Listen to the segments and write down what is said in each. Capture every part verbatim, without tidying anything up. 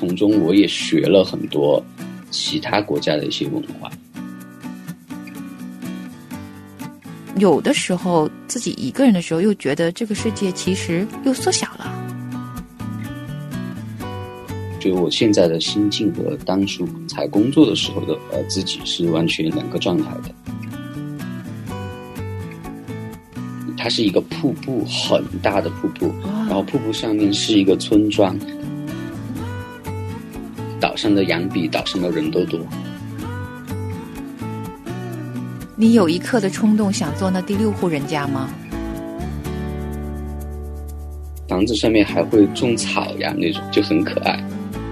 从中我也学了很多其他国家的一些文化。 有的时候自己一个人的时候，又觉得这个世界其实又缩小了。 觉得我现在的心境和当初才工作的时候的呃自己是完全两个状态的。它是一个瀑布，很大的瀑布，然后瀑布上面是一个村庄，岛上的羊比岛上的人都多。 你有一刻的冲动想做那第六户人家吗？ 房子上面还会种草呀，那种就很可爱。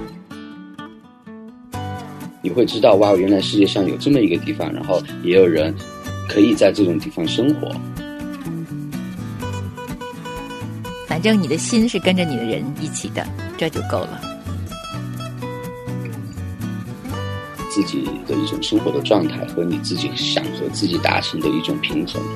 你会知道，哇，原来世界上有这么一个地方，然后也有人可以在这种地方生活。 反正你的心是跟着你的人一起的，这就够了。 自己的一种生活的状态和你自己想和自己达成的一种平衡。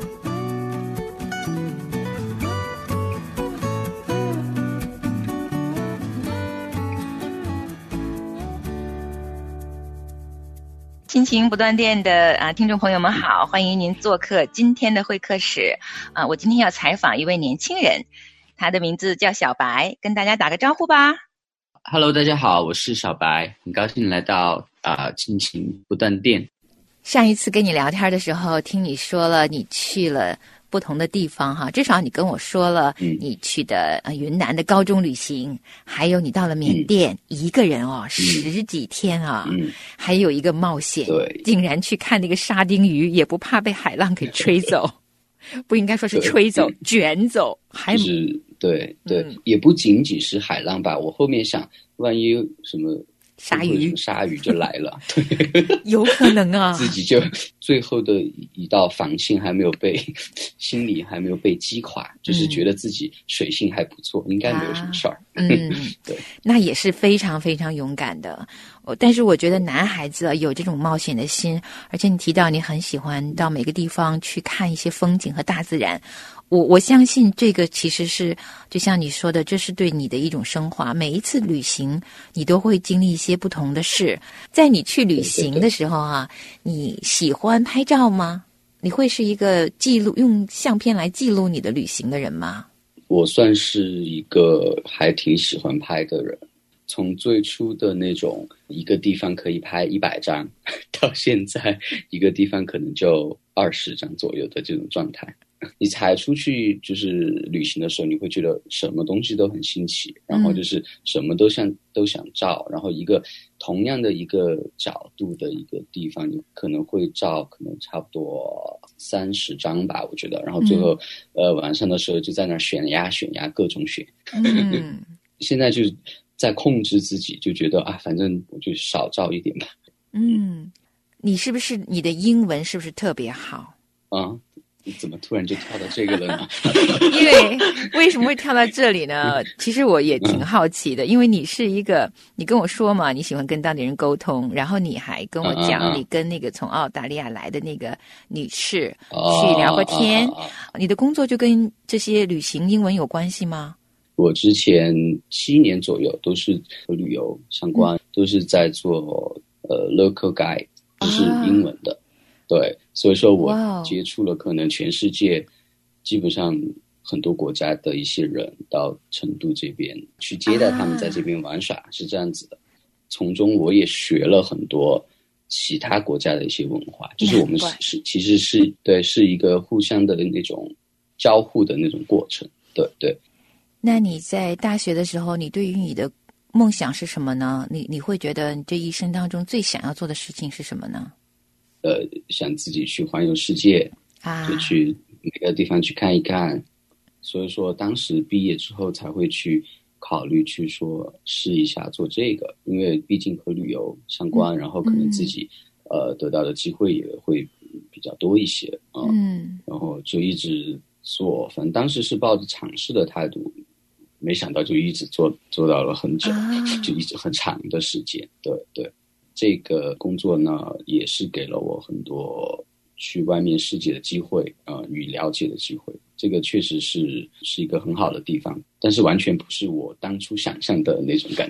亲情不断电的啊，听众朋友们好，欢迎您做客今天的会客室啊。我今天要采访一位年轻人，他的名字叫小白，跟大家打个招呼吧。 Hello， 大家好，我是小白，很高兴来到啊、呃、亲情不断电。 上一次跟你聊天的时候，听你说了你去了不同的地方哈，至少你跟我说了你去的、呃、云南的高中旅行，还有你到了缅甸、嗯、一个人哦、嗯、十几天啊、嗯，还有一个冒险， 对， 竟然去看那个沙丁鱼，也不怕被海浪给吹走，不应该说是吹走，卷走，还就是对对、嗯，也不仅仅是海浪吧。我后面想，万一什么鲨鱼， 鲨鱼就来了，对， 有可能啊。 自己就最后的一道防线还没有被，心里还没有被击垮，嗯、就是觉得自己水性还不错，应该没有什么事儿。 啊、嗯，对，那也是非常非常勇敢的。但是我觉得男孩子有这种冒险的心，而且你提到你很喜欢到每个地方去看一些风景和大自然。我我相信这个其实是就像你说的，这是对你的一种升华。每一次旅行你都会经历一些不同的事。在你去旅行的时候啊，对对对，你喜欢拍照吗？你会是一个记录用相片来记录你的旅行的人吗？ 我算是一个还挺喜欢拍的人，从最初的那种一个地方可以拍一百张，到现在一个地方可能就二十张左右的这种状态。你才出去就是旅行的时候，你会觉得什么东西都很新奇，然后就是什么都想都想照，然后一个同样的一个角度的一个地方，你可能会照可能差不多三十张吧，我觉得，然后最后、嗯、呃晚上的时候就在那选呀选呀各种选，嗯，现在就是在控制自己，就觉得啊，反正我就少照一点吧。 嗯，你是不是你的英文是不是特别好啊？你怎么突然就跳到这个了呢？ 因为为什么会跳到这里呢？其实我也挺好奇的，因为你是一个，你跟我说嘛，你喜欢跟当地人沟通，然后你还跟我讲，你跟那个从澳大利亚来的那个女士去聊过天，你的工作就跟这些旅行英文有关系吗？ 我之前七年左右都是和旅游相关，嗯、都是在做呃 local guide， 就是英文的。啊，对，所以说我接触了可能全世界基本上很多国家的一些人到成都这边去接待他们在这边玩耍，啊、是这样子的。从中我也学了很多其他国家的一些文化，就是我们是其实是对是一个互相的那种交互的那种过程。对对。 那你在大学的时候，你对于你的梦想是什么呢？你你会觉得你这一生当中最想要做的事情是什么呢？ 呃，想自己去环游世界啊，就去每个地方去看一看。所以说，当时毕业之后才会去考虑去说试一下做这个，因为毕竟和旅游相关，嗯、然后可能自己、嗯、呃得到的机会也会比较多一些啊。嗯，然后就一直做，反正当时是抱着尝试的态度，没想到就一直做做到了很久，啊、就一直很长的时间。对对。这个工作呢，也是给了我很多去外面世界的机会，呃，与了解的机会。这个确实是是一个很好的地方，但是完全不是我当初想象的那种感觉。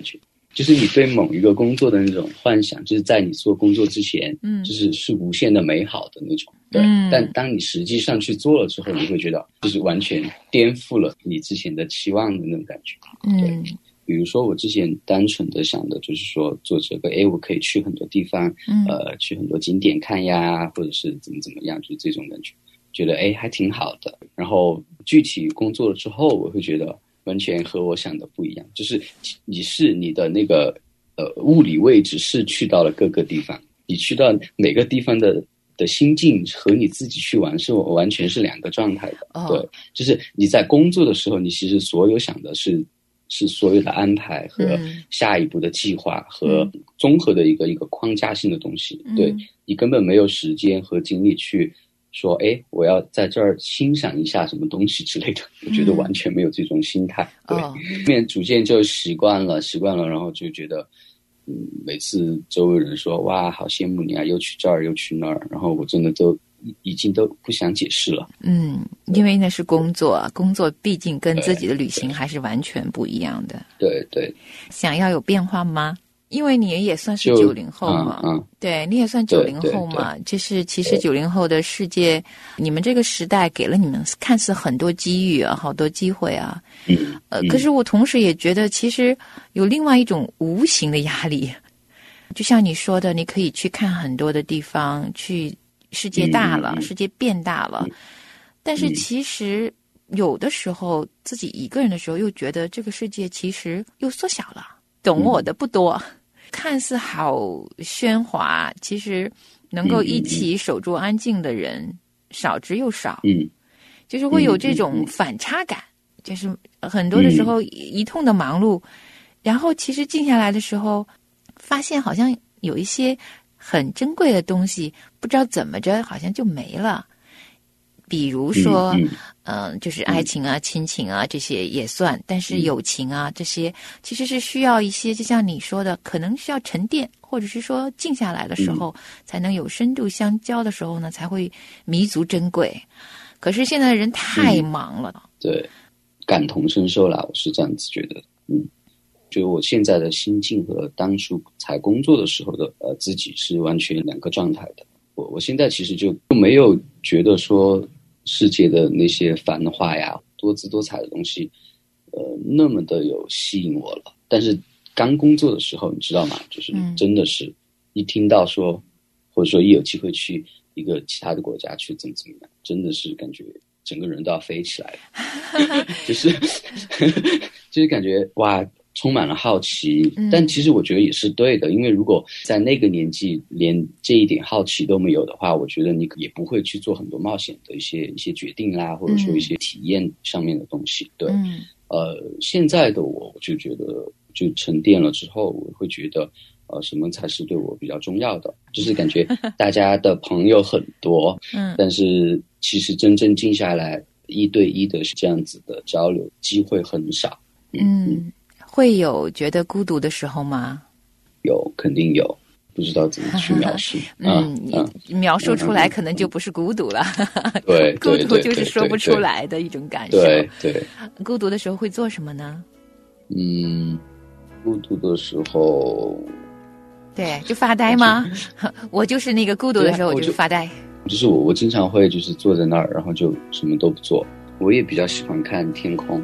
就是你对某一个工作的那种幻想，就是在你做工作之前，嗯，就是是无限的美好的那种，对。嗯、但当你实际上去做了之后，你会觉得就是完全颠覆了你之前的期望的那种感觉，对。嗯，比如说我之前单纯的想的就是说做这个，诶，我可以去很多地方，嗯、呃，去很多景点看呀，或者是怎么怎么样，就是这种感觉，觉得诶还挺好的。然后具体工作了之后，我会觉得完全和我想的不一样，就是你是你的那个呃物理位置是去到了各个地方，你去到每个地方的的心境和你自己去玩是完全是两个状态的。哦、对，就是你在工作的时候，你其实所有想的是是所有的安排和下一步的计划和综合的一个、嗯、一个框架性的东西。嗯、对，你根本没有时间和精力去说，哎，我要在这儿欣赏一下什么东西之类的，我觉得完全没有这种心态。嗯、对，后面逐渐就习惯了，习惯了，然后就觉得，嗯，每次周围人说，哇，好羡慕你啊，又去这儿又去那儿，然后我真的都已经都不想解释了。 嗯，因为那是工作，工作毕竟跟自己的旅行还是完全不一样的。 对对， 想要有变化吗？因为你也算是九零后嘛， 嗯嗯、 对，你也算九零后嘛。这是其实九零后的世界，你们这个时代给了你们看似很多机遇啊，好多机会啊。 嗯， 呃，可是我同时也觉得，其实有另外一种无形的压力。就像你说的，你可以去看很多的地方，去世界大了，嗯、世界变大了。嗯、但是其实有的时候自己一个人的时候，又觉得这个世界其实又缩小了，懂我的不多。嗯看似好喧哗，其实能够一起守住安静的人、嗯、少之又少。 嗯， 就是会有这种反差感，嗯、就是很多的时候一通的忙碌，嗯、然后其实静下来的时候，发现好像有一些很珍贵的东西，不知道怎么着好像就没了。比如说，嗯、呃，就是爱情啊、亲情啊这些也算，但是友情啊这些其实是需要一些，就像你说的，可能需要沉淀，或者是说静下来的时候，嗯、才能有深度相交的时候呢，才会弥足珍贵。可是现在的人太忙了， 嗯、对，感同身受啦，我是这样子觉得，嗯，就我现在的心境和当初才工作的时候的呃自己是完全两个状态的。我我现在其实就没有觉得说世界的那些繁华呀、多姿多彩的东西，呃，那么的有吸引我了。但是刚工作的时候，你知道吗？就是真的是，一听到说，嗯、或者说一有机会去一个其他的国家去怎么怎么样，真的是感觉整个人都要飞起来了，就是就是感觉哇。充满了好奇，但其实我觉得也是对的，嗯、因为如果在那个年纪连这一点好奇都没有的话，我觉得你也不会去做很多冒险的一些一些决定啦，或者说一些体验上面的东西。对，嗯、呃，现在的我就觉得，就沉淀了之后，我会觉得，呃，什么才是对我比较重要的？就是感觉大家的朋友很多，嗯，但是其实真正静下来一对一的是这样子的交流机会很少。 嗯。嗯，会有觉得孤独的时候吗？ 有，肯定有，不知道怎么去描述。 嗯，啊、你描述出来可能就不是孤独了。 嗯、对， 孤独就是说不出来的一种感受。 对 对, 对。 孤独的时候会做什么呢？ 嗯，孤独的时候， 对，就发呆吗？我就是那个孤独的时候，我就发呆。 就是我，我经常会就是坐在那儿，然后就什么都不做。我也比较喜欢看天空。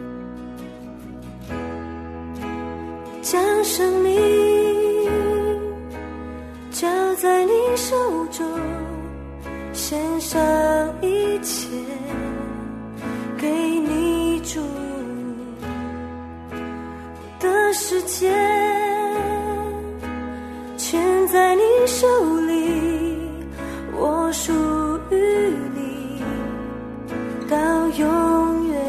将生命交在你手中，献上一切给你主，我的世界全在你手里，我属于你到永远。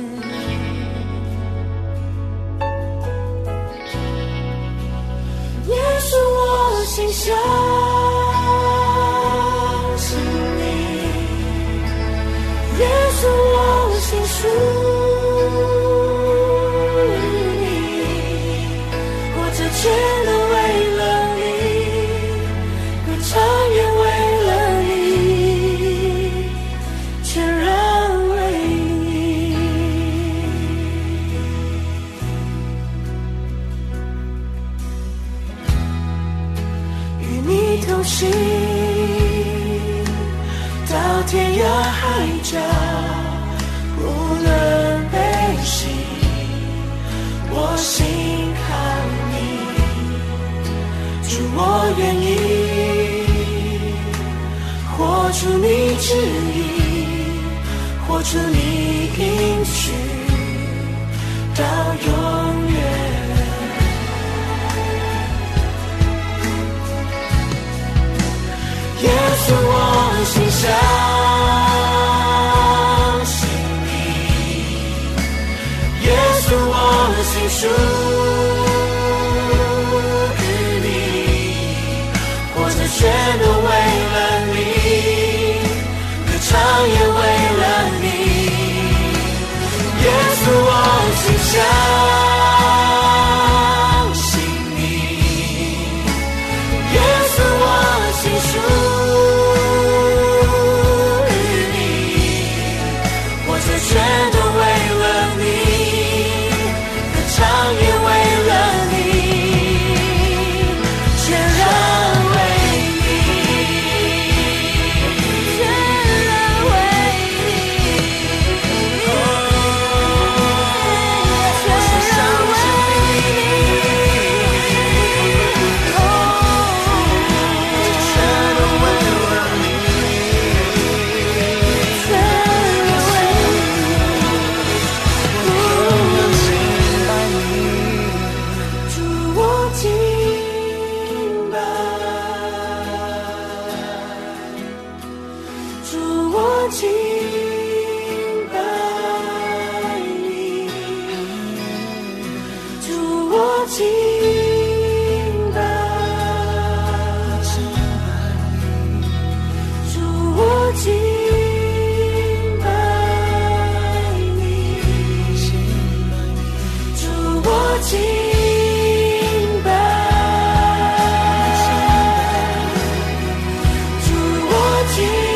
是我心相信你，耶稣我心属于你，活着全都为了你，歌唱也为了你，全然为你。 心，到天涯海角，无论悲喜，我心靠你。主，我愿意活出你旨意，活出你应许，到永远。耶稣，我心相信你，耶稣，我心属于你，活着全都为了你，歌唱也为了你。耶稣，我心相信你，耶稣，我心属全都为了你，歌唱也为了你，全然为你，全然为你，全然为你，全都为了你，敬拜你，主，我敬拜，主，我敬拜你，主，我敬拜，主，我敬。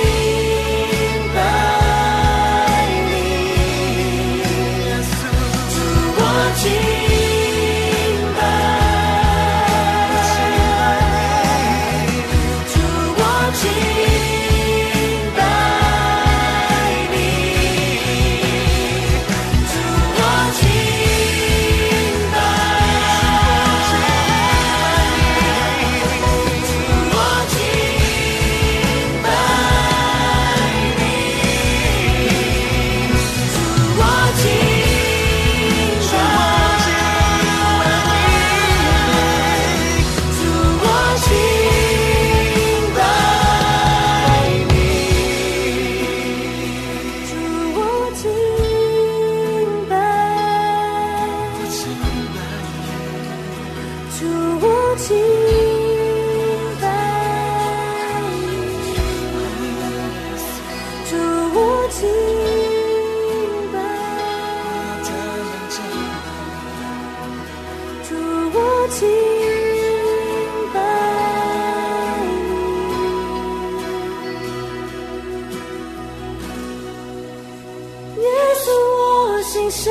相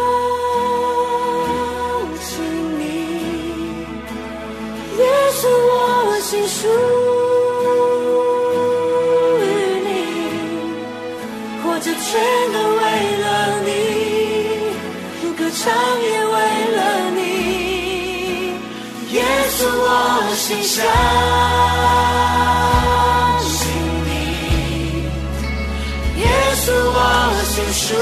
信你，耶稣，我心属于你，活着全都为了你，歌唱也为了你。耶稣，我心相信你，耶稣，我心属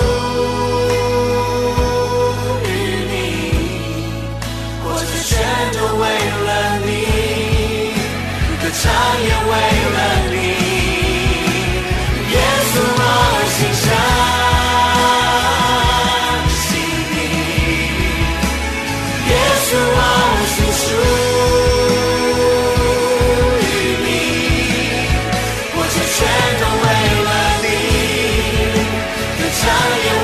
唱也为了你，耶稣，我心相信你，耶稣，我心属于你，我这全都为了你，歌唱也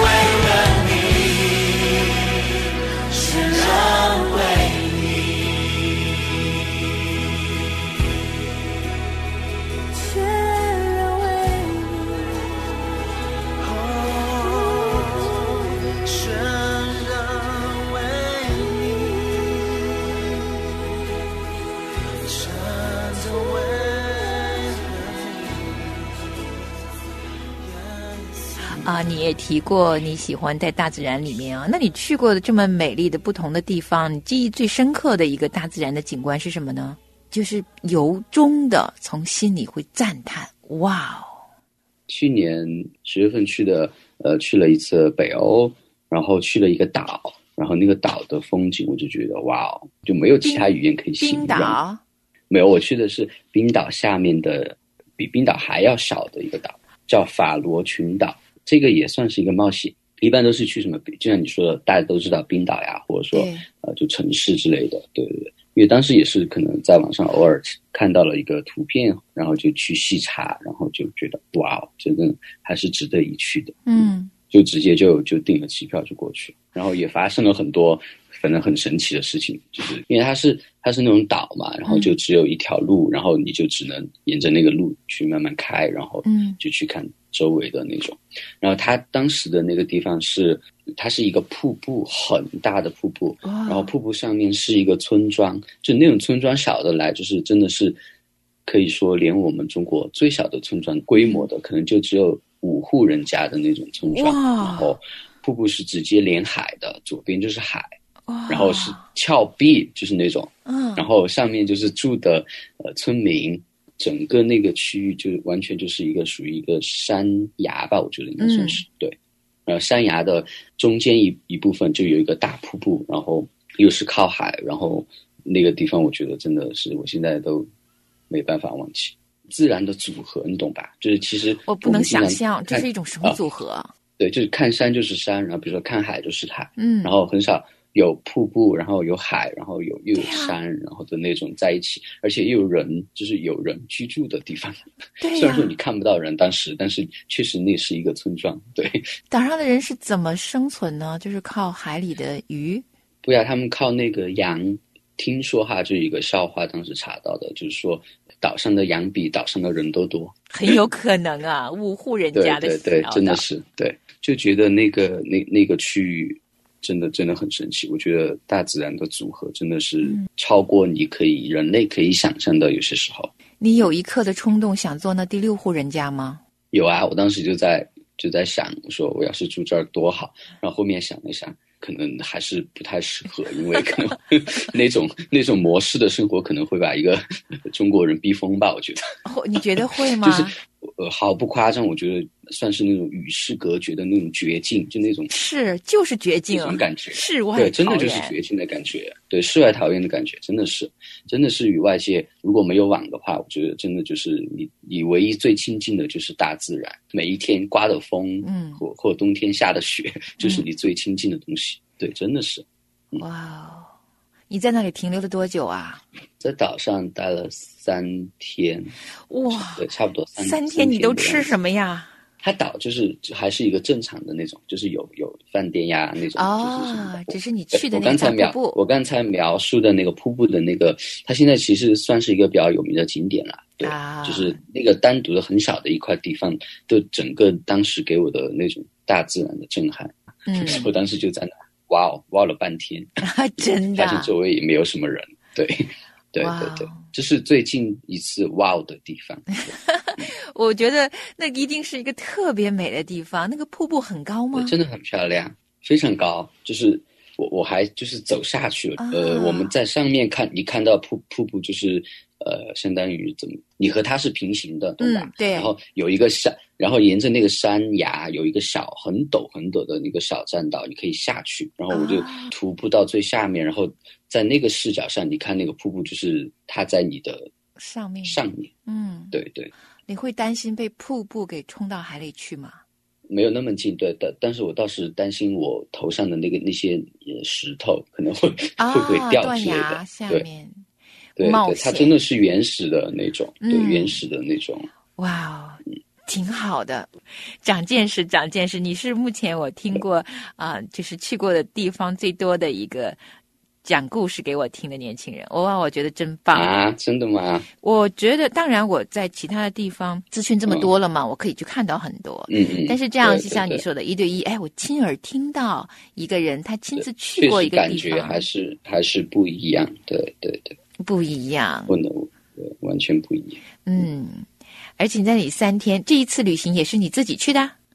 啊，你也提过你喜欢在大自然里面啊，那你去过的这么美丽的不同的地方，你记忆最深刻的一个大自然的景观是什么呢？就是由衷的从心里会赞叹，哇哦！ 去年十月份去的，呃，去了一次北欧，然后去了一个岛，然后那个岛的风景，我就觉得哇哦，就没有其他语言可以形容。 冰岛？ 没有，我去的是冰岛下面的比冰岛还要小的一个岛，叫法罗群岛。这个也算是一个冒险，一般都是去什么，就像你说的，大家都知道冰岛呀，或者说呃，就城市之类的，对对对。因为当时也是可能在网上偶尔看到了一个图片，然后就去细查，然后就觉得哇，真的还是值得一去的。 嗯， 就直接就就订了机票就过去，然后也发生了很多反正很神奇的事情，就是因为它是它是那种岛嘛，然后就只有一条路，然后你就只能沿着那个路去慢慢开，然后就去看周围的那种。然后它当时的那个地方是它是一个瀑布，很大的瀑布，然后瀑布上面是一个村庄，就那种村庄小的来，就是真的是可以说连我们中国最小的村庄规模的可能就只有五户人家的那种村庄，然后瀑布是直接连海的，左边就是海，然后是峭壁，就是那种，然后上面就是住的呃村民，整个那个区域就完全就是一个属于一个山崖吧，我觉得应该算是、嗯、对。呃，山崖的中间一一部分就有一个大瀑布，然后又是靠海，然后那个地方我觉得真的是我现在都没办法忘记。自然的组合，你懂吧？就是其实我不能想象这是一种什么组合、啊、 对，就是看山就是山，然后比如说看海就是海， 嗯， 然后很少有瀑布，然后有海，然后有又有山、啊、然后的那种在一起，而且又有人，就是有人居住的地方。 对、啊、 虽然说你看不到人当时，但是确实那是一个村庄。对， 岛上的人是怎么生存呢？就是靠海里的鱼？ 不呀，他们靠那个羊。听说哈，就有一个笑话，当时查到的，就是说岛上的羊比岛上的人都多， 很有可能啊，五户人家的对对对，真的是对，就觉得那个那那个区域真的真的很神奇。我觉得大自然的组合真的是超过你可以、嗯、人类可以想象的，有些时候。 你有一刻的冲动想做那第六户人家吗？ 有啊，我当时就在就在想，说我要是住这儿多好，然后后面想了想。可能还是不太适合，因为可能那种那种模式的生活可能会把一个中国人逼疯吧，我觉得。 哦，你觉得会吗？ 就是呃，毫不夸张，我觉得算是那种与世隔绝的那种绝境，就那种是就是绝境， 这种感觉， 世外对，真的就是绝境的感觉，对，世外桃源的感觉，真的是，真的是与外界如果没有网的话，我觉得真的就是你你唯一最亲近的就是大自然，每一天刮的风，嗯，或或冬天下的雪，就是你最亲近的东西，嗯、对，真的是。 嗯、哇哦！你在那里停留了多久啊？ 在岛上待了三天。 哇， 对，差不多三三天。你都吃什么呀？ 它岛就是还是一个正常的那种，就是有有饭店呀那种。 哦， 就是什么只是你去的那个瀑布。我刚才描述的那个瀑布的那个，它现在其实算是一个比较有名的景点了。对，啊、就是那个单独的很小的一块地方，对整个当时给我的那种大自然的震撼。嗯，我当时就在那。哇哦，哇了半天， 真的， 发现周围也没有什么人，对，对对对，这是最近一次哇哦的地方。 我觉得那一定是一个特别美的地方。那个瀑布很高吗？ 真的很漂亮，非常高。就是我我还就是走下去了，啊、呃，我们在上面看，你看到瀑瀑布就是。呃，相当于怎么？你和它是平行的，懂吧？ 嗯，对。 然后有一个山，然后沿着那个山崖有一个小很陡很陡的那个小栈道，你可以下去。然后我就徒步到最下面，啊、然后在那个视角上，你看那个瀑布，就是它在你的上面上面。 嗯， 对对。 你会担心被瀑布给冲到海里去吗？ 没有那么近，对，但但是我倒是担心我头上的那个那些石头可能会、啊、会不会掉之类的。 断崖下面。 对对，它真的是原始的那种， 嗯、 对，原始的那种。 哇哦，挺好的，长见识，长见识。你是目前我听过啊、呃，就是去过的地方最多的一个讲故事给我听的年轻人。哇，我觉得真棒啊！真的吗？ 我觉得，当然我在其他的地方资讯这么多了嘛，嗯、我可以去看到很多。 嗯嗯。 但是这样是像你说的，一对一，哎，我亲耳听到一个人他亲自去过一个地方， 感觉还是还是不一样。对对对。 不一样， 不能，完全不一样。 嗯，而且在你三天，这一次旅行也是你自己去的？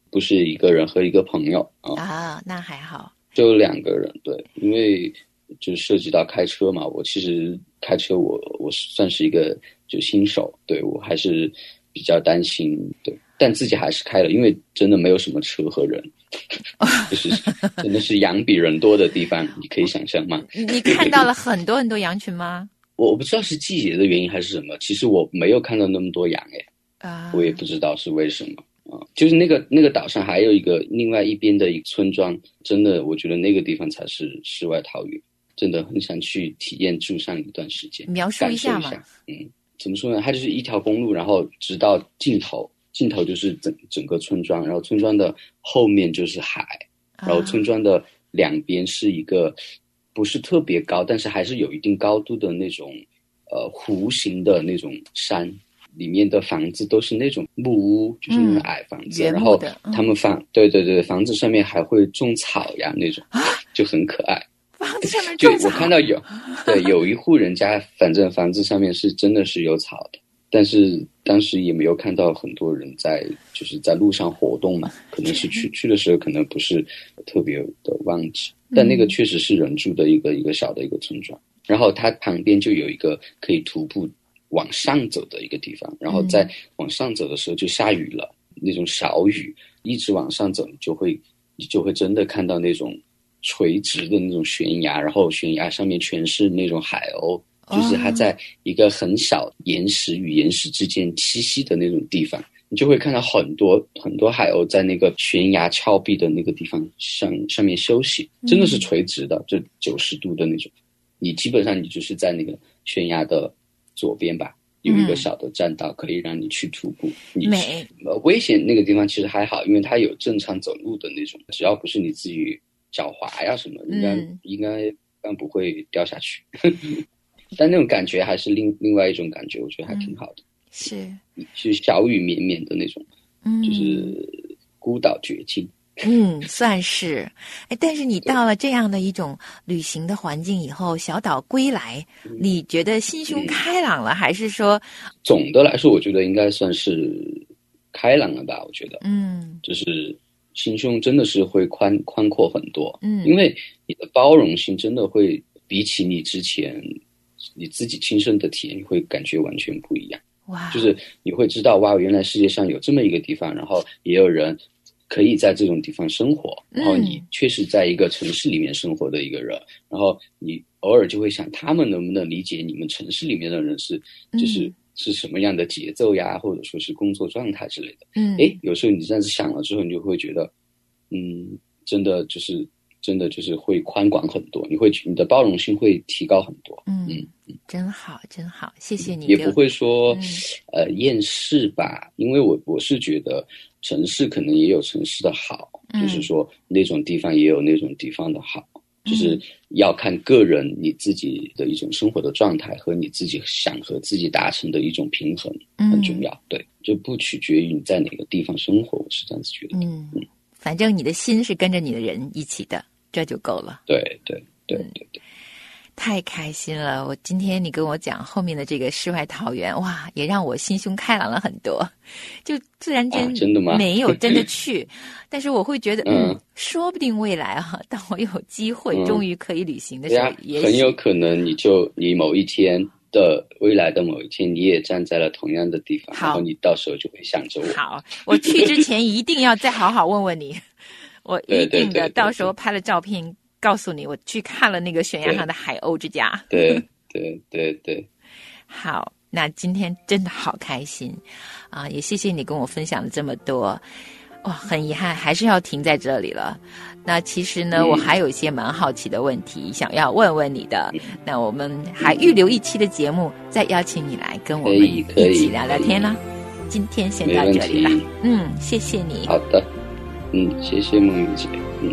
不是一个人和一个朋友啊。 啊，那还好。 就两个人，对，因为就涉及到开车嘛，我其实开车我我算是一个就新手，对，我还是比较担心，对，但自己还是开了，因为真的没有什么车和人，就是真的是羊比人多的地方，你可以想象吗？ 你看到了很多很多羊群吗？ 我不知道是季节的原因还是什么，其实我没有看到那么多羊诶， 啊， 我也不知道是为什么。啊，就是那个那个岛上还有一个另外一边的一个村庄，真的，我觉得那个地方才是世外桃源，真的很想去体验住上一段时间， 描述一下嘛。 嗯，怎么说呢？它就是一条公路，然后直到尽头，尽头就是整整个村庄，然后村庄的后面就是海，然后村庄的两边是一个不是特别高，但是还是有一定高度的那种呃弧形的那种山。里面的房子都是那种木屋，就是那种矮房子， 嗯、 然后嗯、 他们房，对对对，房子上面还会种草呀，那种、啊、就很可爱。 房子上面种草， 就我看到有，对，有一户人家，反正房子上面是真的是有草的，但是当时也没有看到很多人在，就是在路上活动嘛，可能是去去的时候可能不是特别的旺季，但那个确实是人住的一个一个小的一个村庄，然后它旁边就有一个可以徒步往上走的一个地方，然后在往上走的时候就下雨了，嗯、那种小雨，一直往上走，你就会你就会真的看到那种垂直的那种悬崖，然后悬崖上面全是那种海鸥，就是它在一个很小岩石与岩石之间栖息的那种地方，你就会看到很多很多海鸥在那个悬崖峭壁的那个地方上上面休息，真的是垂直的，就九十度的那种，你基本上你就是在那个悬崖的左边吧，有一个小的栈道可以让你去徒步。你美， 呃，危险那个地方其实还好，因为它有正常走路的那种，只要不是你自己脚滑呀什么，应该、嗯、应该应该不会掉下去。但那种感觉还是另另外一种感觉，我觉得还挺好的。 嗯、是， 是小雨绵绵的那种，嗯，就是孤岛绝境。 嗯，算是。哎，但是你到了这样的一种旅行的环境以后，小岛归来，嗯、你觉得心胸开朗了，嗯、还是说？ 总的来说，我觉得应该算是开朗了吧。我觉得， 嗯， 就是心胸真的是会宽宽阔很多。 嗯， 因为你的包容性真的会比起你之前你自己亲身的体验，你会感觉完全不一样。 哇， 就是你会知道，哇，原来世界上有这么一个地方，然后也有人可以在这种地方生活，然后你确实在一个城市里面生活的一个人，嗯、然后你偶尔就会想，他们能不能理解你们城市里面的人是，就是、嗯、是什么样的节奏呀，或者说是工作状态之类的。 嗯， 诶，有时候你这样子想了之后，你就会觉得，嗯，真的就是真的就是会宽广很多，你会你的包容性会提高很多。 嗯嗯，真好，真好，谢谢你。 也不会说， 嗯、 呃，厌世吧，因为我我是觉得。城市可能也有城市的好， 嗯、 就是说那种地方也有那种地方的好，嗯、就是要看个人你自己的一种生活的状态和你自己想和自己达成的一种平衡很重要，嗯、对，就不取决于你在哪个地方生活，我是这样子觉得。 嗯，嗯反正你的心是跟着你的人一起的，这就够了。 对对对对对。 太开心了！我今天你跟我讲后面的这个世外桃源，哇，也让我心胸开朗了很多。就自然间、 啊、真的吗？ 没有真的去，但是我会觉得，嗯，嗯说不定未来啊，当我有机会、嗯、终于可以旅行的时候，也很有可能你就你某一天的未来的某一天，你也站在了同样的地方，然后你到时候就会想着我。 好，我去之前一定要再好好问问你，我一定的， 对对对对对到时候拍了照片。告诉你，我去看了那个悬崖上的海鸥之家。 对对对对， 好，那今天真的好开心啊！也谢谢你跟我分享了这么多。哇，很遗憾还是要停在这里了。那其实呢，嗯、我还有一些蛮好奇的问题想要问问你的。嗯、那我们还预留一期的节目，再邀请你来跟我们一起聊聊天啦。今天先到这里了，嗯，谢谢你。 好的，嗯，谢谢梦雨姐，嗯。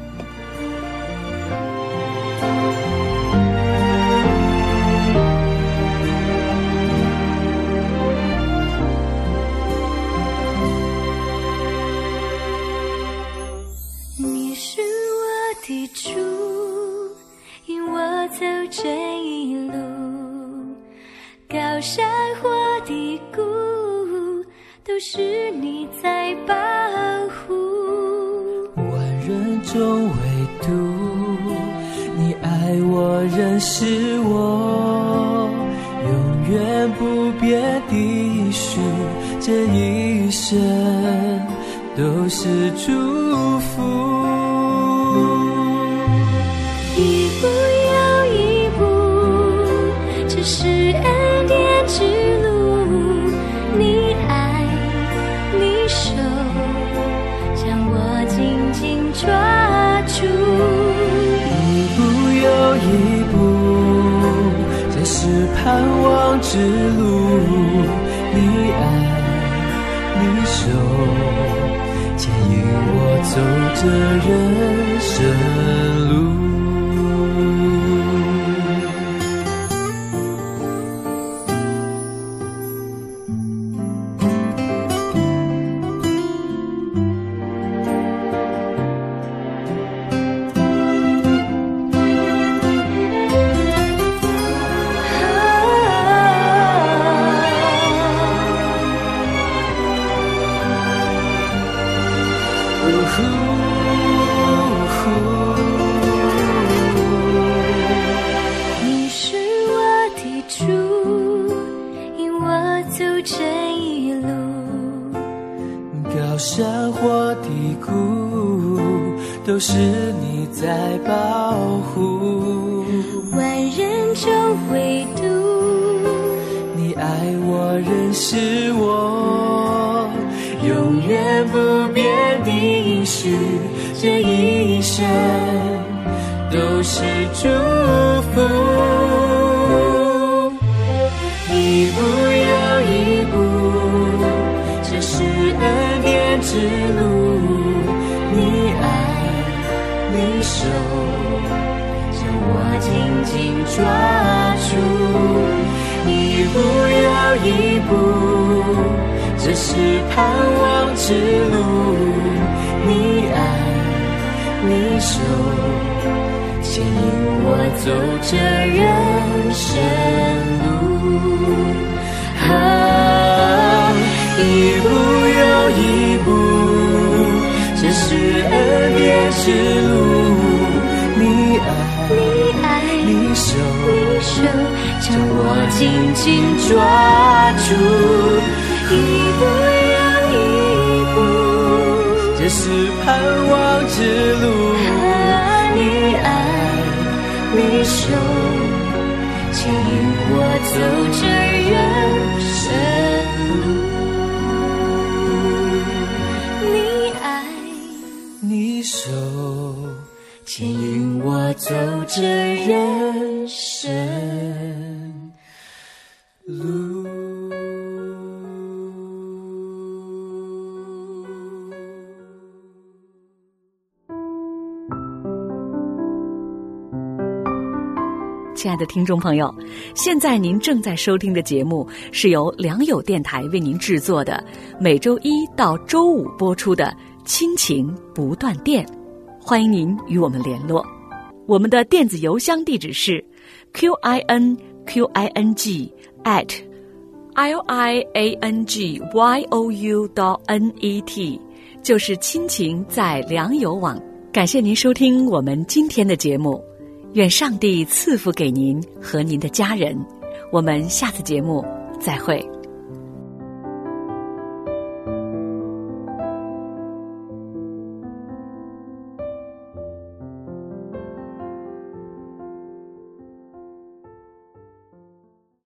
你是我的主，引我走这一路，高山或低谷，都是你在保护。 中唯独你爱我认识我，永远不变的应许，这一生都是祝福。 一步又一步，这是恩典之路，你爱你手将我紧紧抓住。 一步又一步，这是盼望之路，你爱你手牵引我走这人生路。 你是我的主，引我走这一路。 高山或低谷，都是你在保护。 万人中唯独你爱我认识我，永远不变的应许，这一生都是祝福。一步又一步，这是恩典之路，你爱你手将我紧紧抓住。一步又一步，这是盼望之路，你爱你手牵引我走这人生路。啊，一步又一步，这是恩典之路，你爱你爱你手你手将我紧紧抓住。一步又一步， 这是盼望之路， 你爱你手牵引我走这人生路。你爱你手牵引我走这人生路。 亲爱的听众朋友，现在您正在收听的节目是由良友电台为您制作的，每周一到周五播出的亲情不断电。欢迎您与我们联络，我们的电子邮箱地址是 q i n q i n g at l i a n g y o u dot n e t， 就是亲情在良友网。感谢您收听我们今天的节目，愿上帝赐福给您和您的家人，我们下次节目再会。